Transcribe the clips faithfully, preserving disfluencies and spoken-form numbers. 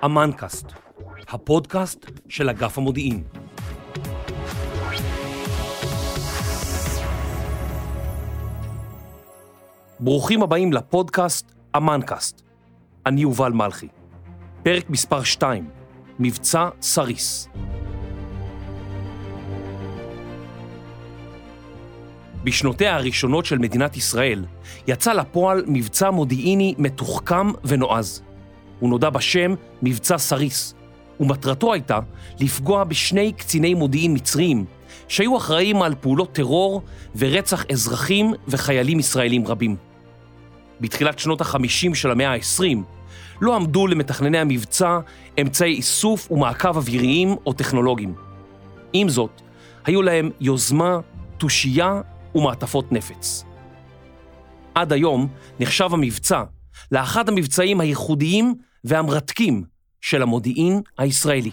אמנקאסט, הפודקאסט של אגף המודיעין. ברוכים הבאים לפודקאסט אמנקאסט. אני יובל מלכי. פרק מספר שתיים, מבצע סריס. בשנותיה הראשונות של מדינת ישראל יצא לפועל מבצע מודיעיני מתוחכם ונועז. הוא נודע בשם מבצע סריס, ומטרתו הייתה לפגוע בשני קציני מודיעין מצריים שהיו אחראים על פעולות טרור ורצח אזרחים וחיילים ישראלים רבים. בתחילת שנות החמישים של המאה ה-עשרים לא עמדו למתכנני המבצע אמצעי איסוף ומעקב אוויריים או טכנולוגיים. עם זאת, היו להם יוזמה, תושייה ומעטפות נפץ. עד היום נחשב המבצע לאחד המבצעים הייחודיים והמרתקים של המודיעין הישראלי.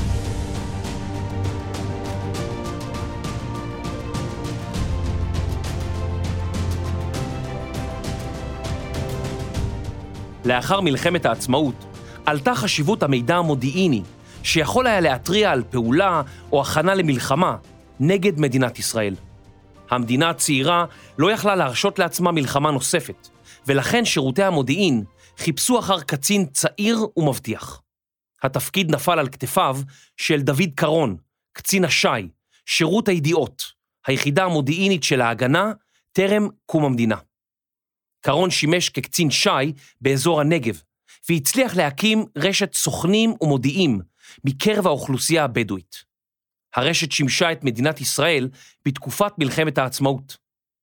לאחר מלחמת העצמאות עלתה חשיבות המידע המודיעיני שיכול היה להתריע על פעולה או הכנה למלחמה נגד מדינת ישראל. המדינה הצעירה לא יכלה להרשות לעצמה מלחמה נוספת, ולכן שירותי המודיעין חיפשו אחר קצין צעיר ומבטיח. התפקיד נפל על כתפיו של דוד קרון, קצין השי, שירות הידיעות, היחידה המודיעינית של ההגנה, טרם קום המדינה. קרון שימש כקצין שי באזור הנגב, והצליח להקים רשת סוכנים ומודיעים מקרב האוכלוסייה הבדואית. הרשת שימשה את מדינת ישראל בתקופת מלחמת העצמאות.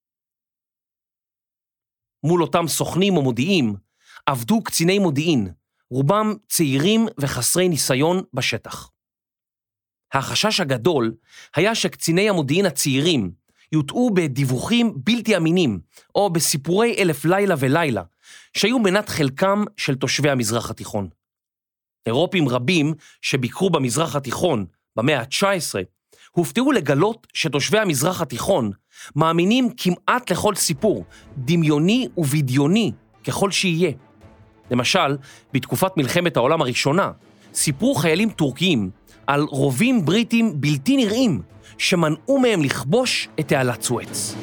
מול אותם סוכנים ומודיעים עבדו קציני מודיעין, רובם צעירים וחסרי ניסיון בשטח. החשש הגדול היה שקציני המודיעין הצעירים יוטעו בדיווחים בלתי אמינים או בסיפורי אלף לילה ולילה שהיו מנת חלקם של תושבי המזרח התיכון. אירופים רבים שביקרו במזרח התיכון במאה ה-תשע עשרה הופתעו לגלות שתושבי המזרח התיכון מאמינים כמעט לכל סיפור, דמיוני ובדיוני ככל שיהיה. למשל, בתקופת מלחמת העולם הראשונה, סיפרו חיילים טורקיים על רובים בריטים בלתי נראים שמנעו מהם לכבוש את תעלת סואץ.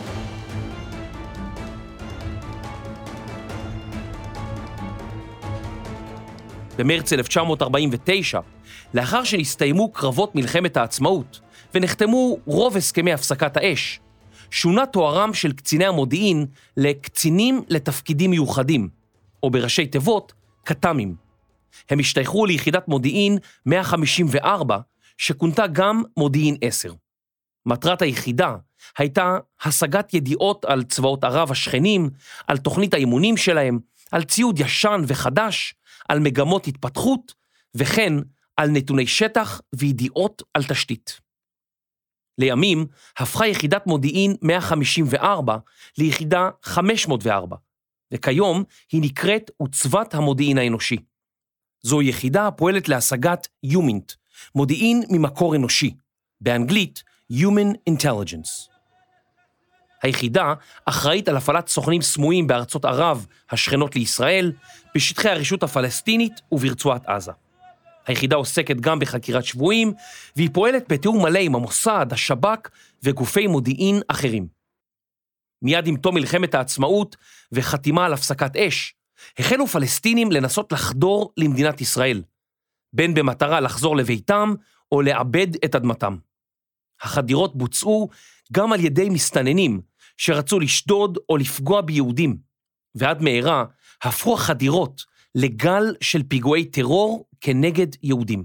במרץ אלף תשע מאות ארבעים ותשע, לאחר שנסתיימו קרבות מלחמת העצמאות ונחתמו רוב הסכמי הפסקת האש, שונה תוארם של קציני המודיעין לקצינים לתפקידים מיוחדים, או בראשי תיבות, קט"מים. הם השתייכו ליחידת מודיעין מאה חמישים וארבע, שכונתה גם מודיעין עשר. מטרת היחידה הייתה השגת ידיעות על צבאות ערב השכנים, על תוכנית האימונים שלהם, על ציוד ישן וחדש, על מגמות התפתחות, וכן על נתוני שטח וידיעות על תשתית. לימים הפכה יחידת מודיעין מאה חמישים וארבע ליחידה חמש מאות וארבע, וכיום היא נקראת עוצבת המודיעין האנושי. זו יחידה הפועלת להשגת יומינט, מודיעין ממקור אנושי, באנגלית Human Intelligence. היחידה אחראית על הפעלת סוכנים סמויים בארצות ערב השכנות לישראל, בשטחי הרשות הפלסטינית וברצועת עזה. היחידה עוסקת גם בחקירת שבויים, והיא פועלת בתיאום מלא עם המוסד, השב"כ וגופי מודיעין אחרים. מיד עם תום מלחמת העצמאות וחתימה על הפסקת אש, החלו פלסטינים לנסות לחדור למדינת ישראל, בין במטרה לחזור לביתם או לעבד את אדמתם. החדירות בוצעו גם על ידי מסתננים שרצו לשדוד או לפגוע ביהודים, ועד מהרה הפכו החדירות לגל של פיגועי טרור כנגד יהודים.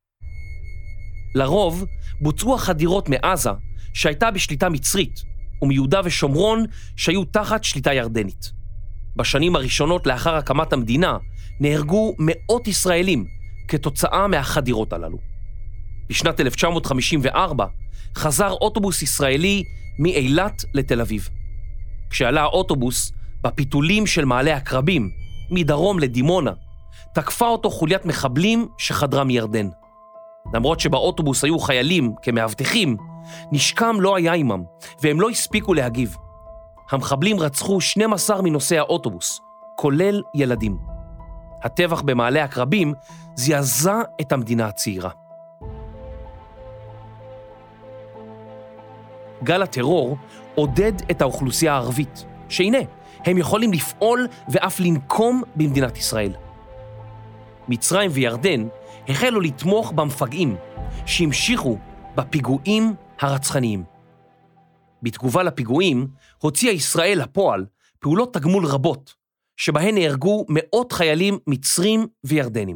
לרוב בוצעו החדירות מעזה שהייתה בשליטה מצרית, ומיהודה ושומרון שהיו תחת שליטה ירדנית. בשנים הראשונות לאחר הקמת המדינה נהרגו מאות ישראלים כתוצאה מהחדירות הללו. בשנת אלף תשע מאות חמישים וארבע חזר אוטובוס ישראלי מאילת לתל אביב. כשעלה האוטובוס בפיתולים של מעלה הקרבים, מדרום לדימונה, תקפה אותו חוליית מחבלים שחדרה מירדן. למרות שבאוטובוס היו חיילים כמאבטחים, נשקם לא היה עמם, והם לא הספיקו להגיב. המחבלים רצחו שנים עשר מנוסעי האוטובוס, כולל ילדים. הטבח במעלה עקרבים זעזע את המדינה הצעירה. גל הטרור עודד את האוכלוסייה הערבית, שהנה, הם יכולים לפעול ואף לנקום במדינת ישראל. מצרים וירדן החלו לתמוך במפגעים, שהמשיכו בפיגועים הרצחניים. בתגובה לפיגועים הוציאה ישראל לפועל פעולות תגמול רבות, שבהן נהרגו מאות חיילים מצרים וירדנים.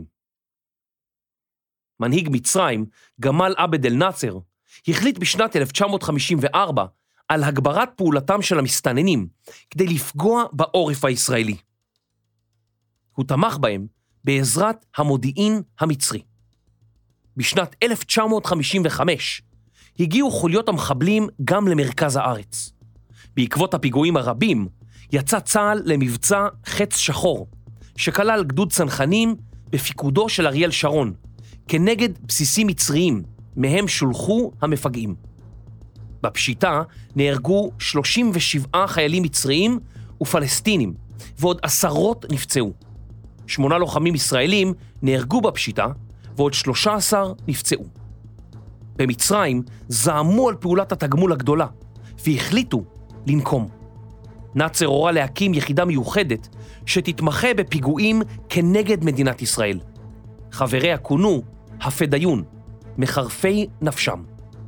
מנהיג מצרים, גמל עבד אל-נאצר, החליט בשנת אלף תשע מאות חמישים וארבע על הגברת פעולתם של המסתננים כדי לפגוע בעורף הישראלי. הוא תמך בהם בעזרת המודיעין המצרי. בשנת אלף תשע מאות חמישים וחמש הגיעו חוליות המחבלים גם למרכז הארץ. בעקבות הפיגועים הרבים יצא צה"ל למבצע חץ שחור, שכלל גדוד צנחנים בפיקודו של אריאל שרון, כנגד בסיסים מצריים, מהם שולחו המפגעים. בפשיטה נהרגו שלושים ושבעה חיילים מצריים ופלסטינים, ועוד עשרות נפצעו. שמונה לוחמים ישראלים נהרגו בפשיטה, ועוד שלושה עשר נפצעו. במצרים זעמו על פעולת התגמול הגדולה, והחליטו לנקום. נאצר הורה להקים יחידה מיוחדת שתתמחה בפיגועים כנגד מדינת ישראל. חבריה כונו הפדאיון, מחרפי נפשם.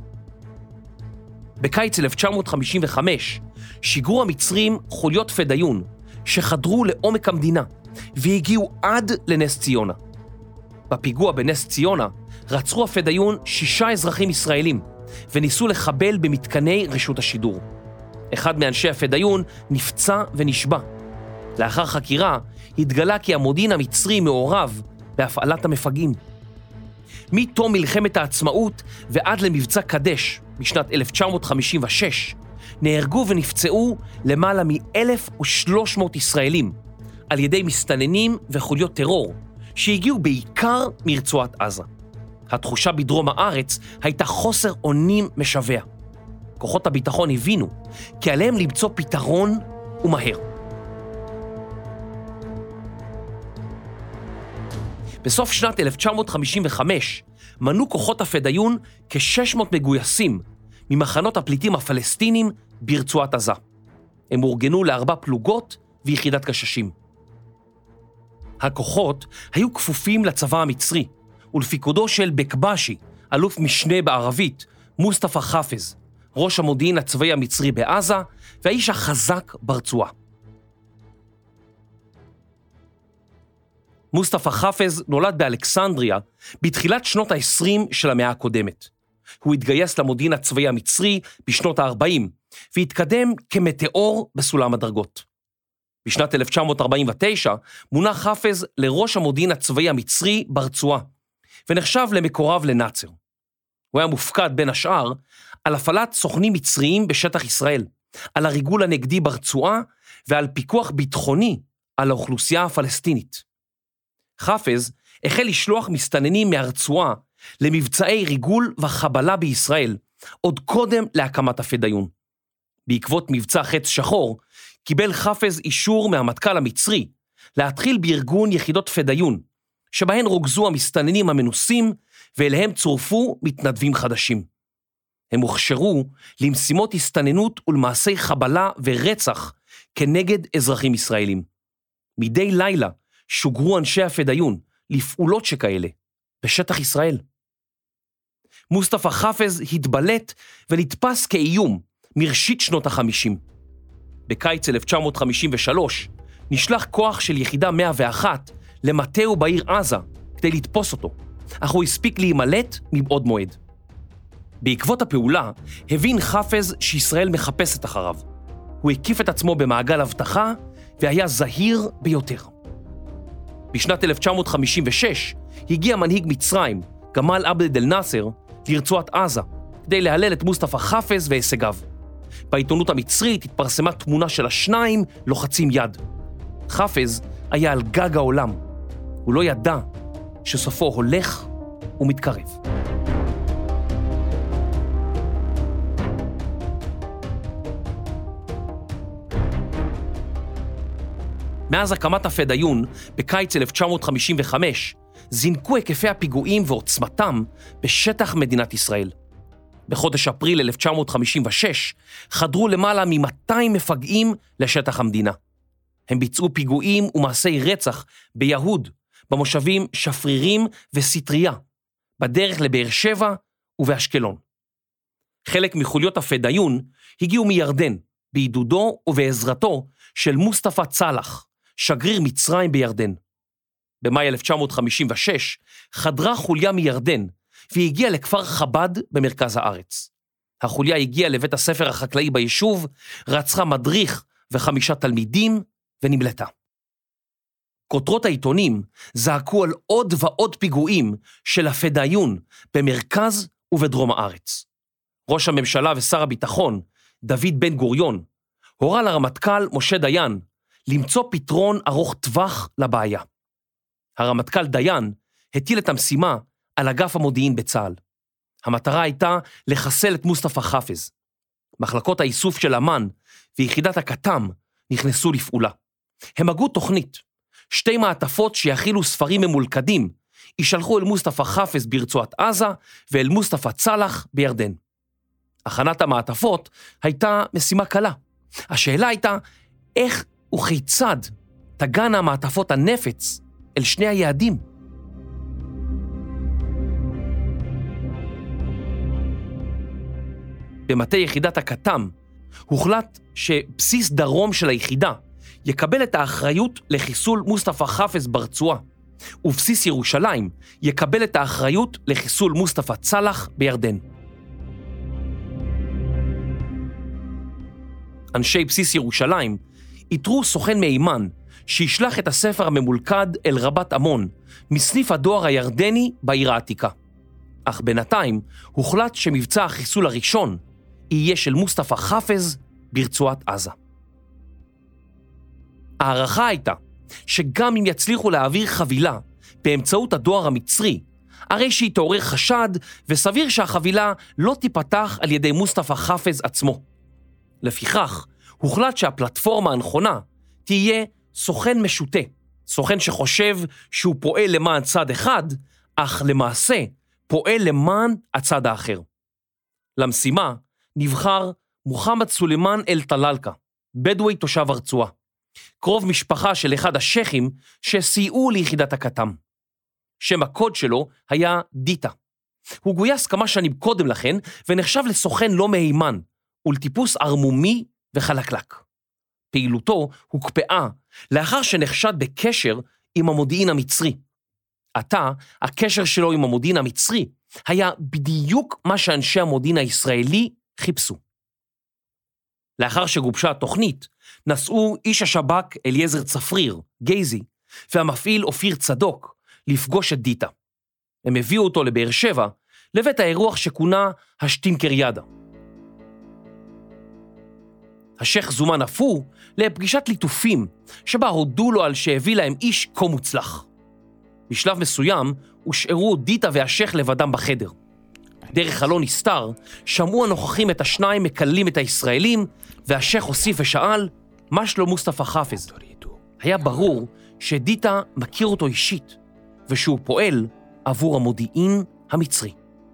בקיץ אלף תשע מאות חמישים וחמש שיגרו המצרים חוליות פדאיון שחדרו לעומק המדינה והגיעו עד לנס ציונה. בפיגוע בנס ציונה רצחו הפדאיון שישה אזרחים ישראלים וניסו לחבל במתקני רשות השידור. אחד מאנשי הפדאיון נפצע ונשבע. לאחר חקירה התגלה כי המודיעין המצרי מעורב בהפעלת המפגעים. מתום מלחמת העצמאות ועד למבצע קדש בשנת אלף תשע מאות חמישים ושש נהרגו ונפצעו למעלה מ-אלף ושלוש מאות ישראלים על ידי מסתננים וחוליות טרור שהגיעו בעיקר מרצועת עזה. התחושה בדרום הארץ הייתה חוסר אונים משווע. כוחות הביטחון הבינו כי עליהם למצוא פתרון ומהר. בסוף שנת אלף תשע מאות חמישים וחמש מנו כוחות הפדאיון כ-שש מאות מגויסים ממחנות הפליטים הפלסטינים ברצועת עזה. הם אורגנו לארבע פלוגות ויחידת גששים. הכוחות היו כפופים לצבא המצרי ולפיקודו של בקבשי, אלוף משנה בערבית, מוסטפא חאפז, ראש המודיעין הצבאי המצרי בעזה והאיש החזק ברצועה. מוסטפא חאפז נולד באלכסנדריה בתחילת שנות ה-עשרים של המאה הקודמת. הוא התגייס למודיעין הצבאי המצרי בשנות ה-ארבעים והתקדם כמטאור בסולם הדרגות. בשנת אלף תשע מאות ארבעים ותשע מונה חאפז לראש המודיעין הצבאי המצרי ברצועה ונחשב למקורב לנאצר. הוא היה מופקד בין השאר על הפעלת סוכנים מצריים בשטח ישראל, על הריגול הנגדי ברצועה ועל פיקוח ביטחוני על האוכלוסייה הפלסטינית. חאפז החל לשלוח מסתננים מהרצועה למבצעי ריגול וחבלה בישראל, עוד קודם להקמת הפדאיון. בעקבות מבצע חץ שחור, קיבל חאפז אישור מהמטכ"ל המצרי להתחיל בארגון יחידות פדאיון, שבהן רוגזו המסתננים המנוסים ואליהם צורפו מתנדבים חדשים. הם הוכשרו למשימות הסתננות ולמעשי חבלה ורצח כנגד אזרחים ישראלים. מדי לילה שוגרו אנשי הפדאיון לפעולות שכאלה בשטח ישראל. מוסטפא חאפז התבלט ונתפס כאיום מראשית שנות החמישים. בקיץ אלף תשע מאות חמישים ושלוש נשלח כוח של יחידה מאה ואחת למטהו בעיר עזה כדי לתפוס אותו, אך הוא הספיק להימלט מבעוד מועד. בעקבות הפעולה הבין חאפז שישראל מחפשת אחריו. הוא הקיף את עצמו במעגל הבטחה והיה זהיר ביותר. בשנת אלף תשע מאות חמישים ושש הגיע מנהיג מצרים, גמל עבד אל-נאצר, לרצועת עזה, כדי להלל את מוסטפא חאפז והישגיו. בעיתונות המצרית התפרסמה תמונה של השניים לוחצים יד. חאפז היה על גג העולם. הוא לא ידע שסופו הולך ומתקרב. מאז הקמת הפדאיון בקיץ אלף תשע מאות חמישים וחמש, זינקו היקפי הפיגועים ועוצמתם בשטח מדינת ישראל. בחודש אפריל אלף תשע מאות חמישים ושש חדרו למעלה מ-מאתיים מפגעים לשטח המדינה. הם ביצעו פיגועים ומעשי רצח ביהוד, במושבים שפרירים וסטריה, בדרך לבאר שבע ובאשקלון. חלק מחוליות הפדאיון הגיעו מירדן, בעידודו ובעזרתו של מוסטפא צלח, שגריר מצרים בירדן. במאי אלף תשע מאות חמישים ושש חדרה חוליה מירדן, והיא הגיעה לכפר חב"ד במרכז הארץ. החוליה הגיעה לבית הספר החקלאי ביישוב, רצחה מדריך וחמישה תלמידים ונמלטה. כותרות העיתונים זעקו על עוד ועוד פיגועים של הפדאיון במרכז ובדרום הארץ. ראש הממשלה ושר הביטחון, דוד בן גוריון, הורה לרמטכ"ל משה דיין למצוא פתרון ארוך טווח לבעיה. הרמטכ"ל דיין הטיל את המשימה על אגף המודיעין בצה"ל. המטרה הייתה לחסל את מוסטפא חאפז. מחלקות האיסוף של אמ"ן ויחידת הכת"ם נכנסו לפעולה. הם הגו תוכנית. שתי מעטפות שיכילו ספרים ממולכדים יישלחו אל מוסטפא חאפז ברצועת עזה ואל מוסטפא צלח בירדן. הכנת המעטפות הייתה משימה קלה. השאלה הייתה איך וכיצד תגענה מעטפות הנפץ אל שני היעדים. במטה יחידת הכת"ם הוחלט שבסיס דרום של היחידה יקבל את האחריות לחיסול מוסטפא חאפז ברצועה, ובסיס ירושלים יקבל את האחריות לחיסול מוסטפא צלח בירדן. אנשי בסיס ירושלים איתרו סוכן מהימן שישלח את הספר הממולכד אל רבת עמון, מסניף הדואר הירדני בעיר העתיקה. אך בינתיים הוחלט שמבצע החיסול הראשון יהיה של מוסטפא חאפז ברצועת עזה. הערכה הייתה שגם אם יצליחו להעביר חבילה באמצעות הדואר המצרי, הרי שיתעורר חשד וסביר שהחבילה לא תיפתח על ידי מוסטפא חאפז עצמו. לפיכך, הוחלט שהפלטפורמה הנכונה תהיה סוכן משוטה, סוכן שחושב שהוא פועל למען צד אחד, אך למעשה פועל למען הצד האחר. למשימה נבחר מוחמד סולימאן אל-טלאלקה, בדואי תושב הרצועה, קרוב משפחה של אחד השייחים שסייעו ליחידת הכת"ם. שם הקוד שלו היה דיטה. הוא גויס כמה שנים קודם לכן ונחשב לסוכן לא מהימן, ולטיפוס ערמומי וחלקלק. פעילותו הוקפאה לאחר שנחשד בקשר עם המודיעין המצרי. עתה, הקשר שלו עם המודיעין המצרי היה בדיוק מה שאנשי המודיעין הישראלי חיפשו. לאחר שגובשה התוכנית, נסעו איש השב"כ אליעזר צפריר, גייזי, והמפעיל אופיר צדוק לפגוש את דיטה. הם הביאו אותו לבאר שבע, לבית האירוח שכונה השטינקריאדה. השייך זומן אף הוא לפגישת ליטופים, שבה הודו לו על שהביא להם איש כה מוצלח. בשלב מסוים הושארו דיטה והשייך לבדם בחדר. דרך חלון נסתר, שמעו הנוכחים את השניים מקללים את הישראלים, והשייך הוסיף ושאל, מה שלו מוסטפא חאפז? היה ברור שדיטה מכיר אותו אישית, ושהוא פועל עבור המודיעין המצרי.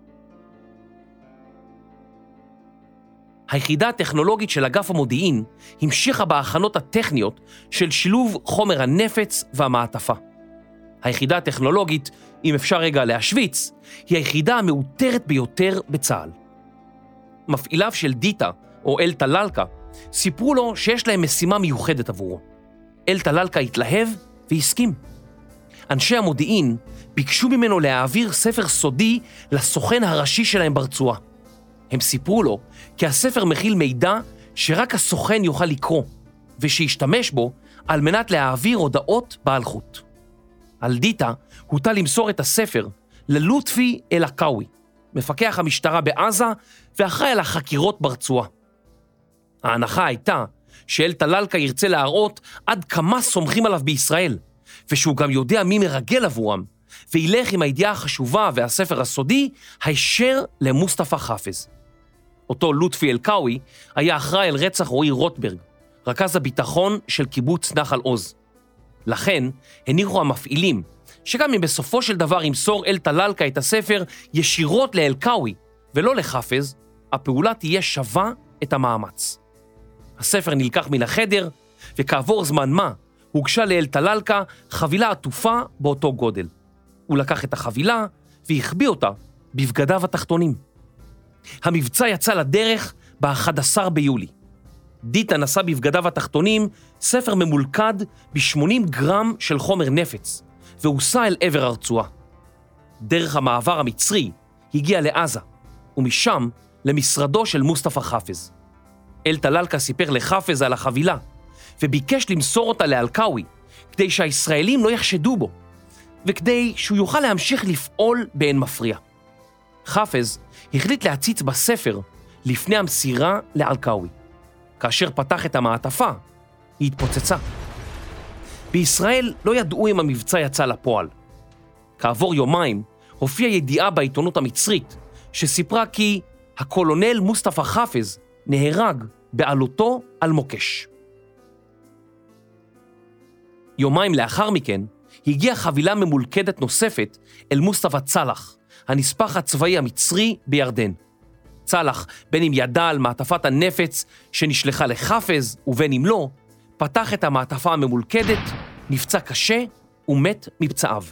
היחידה הטכנולוגית של אגף המודיעין המשיכה בהכנות הטכניות של שילוב חומר הנפץ והמעטפה. היחידה הטכנולוגית, אם אפשר רגע להשוויץ, היא היחידה המאותרת ביותר בצה"ל. מפעיליו של דיטה, או אל-טלאלקה, סיפרו לו שיש להם משימה מיוחדת עבורו. אל-טלאלקה התלהב והסכים. אנשי המודיעין ביקשו ממנו להעביר ספר סודי לסוכן הראשי שלהם ברצועה. הם סיפרו לו כי הספר מכיל מידע שרק הסוכן יוכל לקרוא, ושישתמש בו על מנת להעביר הודעות בעל חוט. על דיטה הוטל למסור את הספר ללוטפי אל-עקאווי, מפקח המשטרה בעזה ואחראי על החקירות ברצועה. ההנחה הייתה שאל-טלאלקה ירצה להראות עד כמה סומכים עליו בישראל, ושהוא גם יודע מי מרגל עבורם, וילך עם הידיעה החשובה והספר הסודי הישר למוסטפא חאפז. אותו לוטפי אל-עקאווי היה אחראי על רצח רועי רוטברג, רכז הביטחון של קיבוץ נחל עוז. לכן הניחו המפעילים, שגם אם בסופו של דבר ימסור אל-טלאלקה את הספר ישירות לאלקאווי ולא לחפז, הפעולה תהיה שווה את המאמץ. הספר נלקח מן החדר, וכעבור זמן מה הוגשה לאל-טלאלקה חבילה עטופה באותו גודל. הוא לקח את החבילה והחביא אותה בבגדיו התחתונים. המבצע יצא לדרך ב-אחד עשר ביולי. דיטה נשא בבגדיו התחתונים ספר ממולכד ב-שמונים גרם של חומר נפץ, והוסע אל עבר הרצועה. דרך המעבר המצרי הגיע לעזה, ומשם למשרדו של מוסטפא חאפז. אל-טלאלקה סיפר לחאפז על החבילה, וביקש למסור אותה לאלקאווי, כדי שהישראלים לא יחשדו בו, וכדי שהוא יוכל להמשיך לפעול באין מפריע. חאפז החליט להציץ בספר לפני המסירה לאלקאווי. כאשר פתח את המעטפה, היא התפוצצה. בישראל לא ידעו אם המבצע יצא לפועל. כעבור יומיים הופיעה ידיעה בעיתונות המצרית, שסיפרה כי הקולונל מוסטפא חאפז נהרג בעלותו על מוקש. יומיים לאחר מכן הגיעה חבילה ממולכדת נוספת אל מוסטפא צלח, הנספח הצבאי המצרי בירדן. צלח, בין אם ידע על מעטפת הנפץ שנשלחה לחאפז ובין אם לא, פתח את המעטפה הממולכדת, נפצע קשה ומת מפצעיו.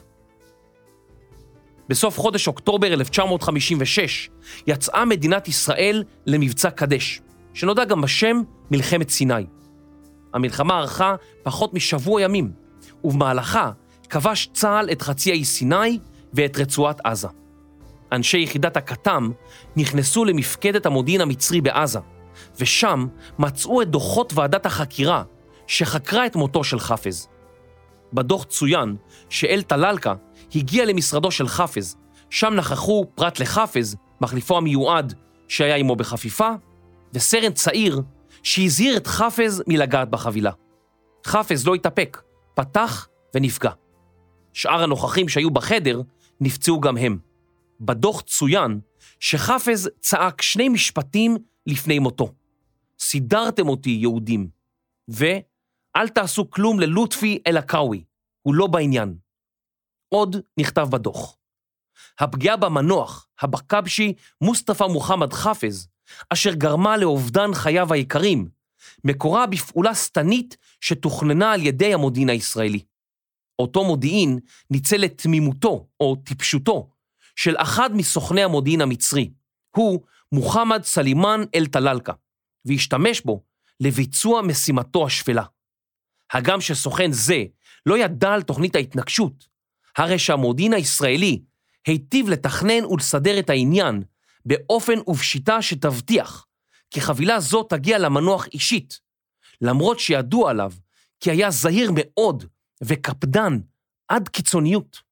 בסוף חודש אוקטובר אלף תשע מאות חמישים ושש יצאה מדינת ישראל למבצע קדש, שנודע גם בשם מלחמת סיני. המלחמה ארכה פחות משבוע ימים, ובמהלכה כבש צה"ל את חצי האי סיני ואת רצועת עזה. אנשי יחידת הכתם נכנסו למפקדת המודיעין המצרי בעזה, ושם מצאו את דוחות ועדת החקירה שחקרה את מותו של חאפז. בדוח צוין שאל-טלאלקה הגיע למשרדו של חאפז, שם נכחו פרט לחאפז, מחליפו המיועד שהיה עמו בחפיפה, וסרן צעיר שהזהיר את חאפז מלגעת בחבילה. חאפז לא התאפק, פתח ונפגע. שאר הנוכחים שהיו בחדר נפצעו גם הם. בדוח צוין שחאפז צעק שני משפטים לפני מותו. סידרתם אותי יהודים, ואל תעשו כלום ללוטפי אלקאווי, הוא לא בעניין. עוד נכתב בדוח. הפגיעה במנוח, הבקבשי מוסטפא מוחמד חאפז, אשר גרמה לאובדן חייו היקרים, מקורה בפעולה סתנית שתוכננה על ידי המודיעין הישראלי. אותו מודיעין ניצל את תמימותו או טיפשותו של אחד מסוכני המודיעין המצרי, הוא מוחמד סלימאן אל-טלאלקה, והשתמש בו לביצוע משימתו השפלה. הגם שסוכן זה לא ידע על תוכנית ההתנגשות, הרי שהמודיעין הישראלי היטיב לתכנן ולסדר את העניין באופן ובשיטה שתבטיח כי חבילה זו תגיע למנוח אישית, למרות שידוע עליו כי היה זהיר מאוד וקפדן עד קיצוניות.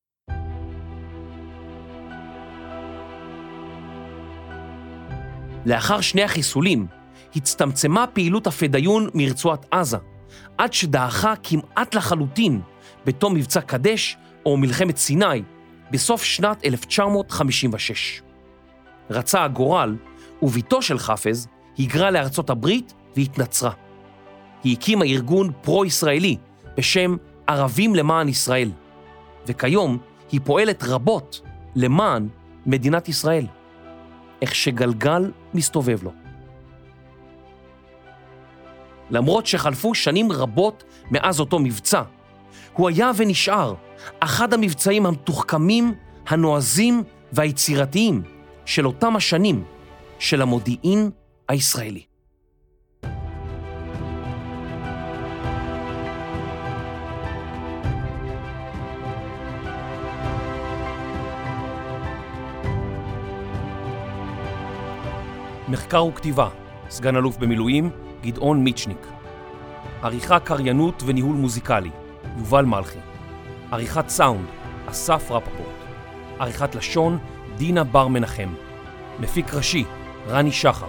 לאחר שני החיסולים הצטמצמה פעילות הפדאיון מרצועת עזה, עד שדעכה כמעט לחלוטין בתום מבצע קדש או מלחמת סיני בסוף שנת אלף תשע מאות חמישים ושש. רצה הגורל וביתו של חאפז היגרה לארצות הברית והתנצרה. היא הקימה ארגון פרו-ישראלי בשם ערבים למען ישראל, וכיום היא פועלת רבות למען מדינת ישראל. איך שגלגל מסתובב לו. למרות שחלפו שנים רבות מאז אותו מבצע, הוא היה ונשאר אחד המבצעים המתוחכמים, הנועזים והיצירתיים של אותם השנים של המודיעין הישראלי. מחקר וכתיבה, סגן אלוף במילואים, גדעון מיצ'ניק. עריכה, קריינות וניהול מוזיקלי, יובל מלכי. עריכת סאונד, אסף רפפורט. עריכת לשון, דינה בר מנחם. מפיק ראשי, רני שחר.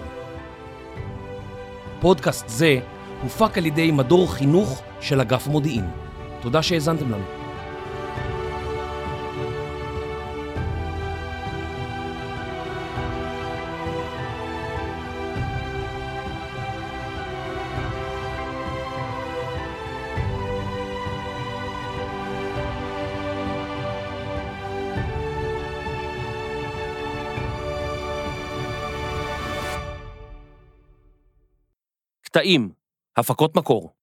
פודקאסט זה הופק על ידי מדור חינוך של אגף מודיעין. תודה שהאזנתם לנו. קטעים, הפקות מקור.